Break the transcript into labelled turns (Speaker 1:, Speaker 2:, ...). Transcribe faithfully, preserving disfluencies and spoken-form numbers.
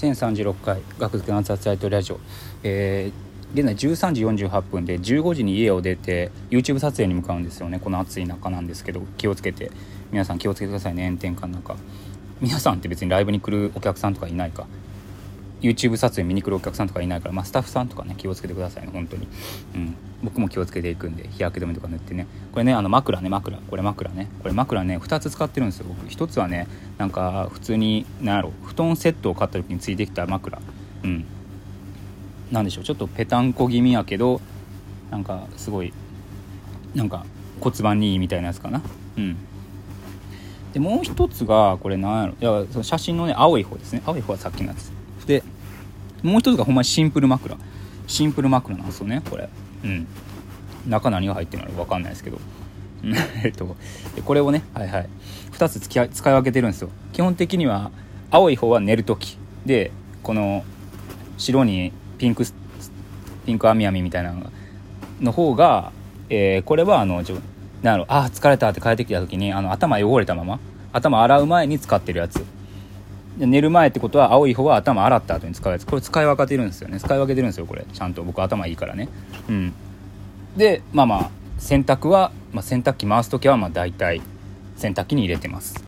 Speaker 1: せんさんじゅうろっかい学付けの熱々大統領ラジオ、えー、現在じゅうさんじよんじゅうはっぷんでじゅうごじに家を出て YouTube 撮影に向かうんですよね。この暑い中なんですけど、気をつけて皆さん気をつけてくださいね。炎天下の中、皆さんって別にライブに来るお客さんとかいないか、 YouTube 撮影見に来るお客さんとかいないから、まあ、スタッフさんとかね気をつけてくださいね本当に、うん、僕も気をつけていくんで、日焼け止めとか塗ってね。これね、あの枕ね枕これ枕ねこれ枕ねふたつ使ってるんですよ僕。ひとつはね、なんか普通に何やろ布団セットを買った時についてきた枕、うんなんでしょう、ちょっとペタンコ気味やけどなんかすごいなんか骨盤にいいみたいなやつかな。うんでもう一つがこれ何やろ、いやその写真のね青い方ですね。青い方はさっきのやつで、もう一つがほんまにシンプル枕シンプル枕なんですよねこれ。うん中何が入ってるのか分かんないですけどえっとでこれをねはいはいふたつ使い分けてるんですよ。基本的には青い方は寝るときで、この白にピンクピンク網網みたいなのの方が、えー、これはあの自分なんやろ、あー疲れたって帰ってきた時にあの頭汚れたまま頭洗う前に使ってるやつで、寝る前ってことは青い方は頭洗った後に使うやつ。これ使い分けてるんですよね。使い分けてるんですよこれちゃんと。僕頭いいからね。うんでまあまあ洗濯は、まあ、洗濯機回すときはまあ大体洗濯機に入れてます。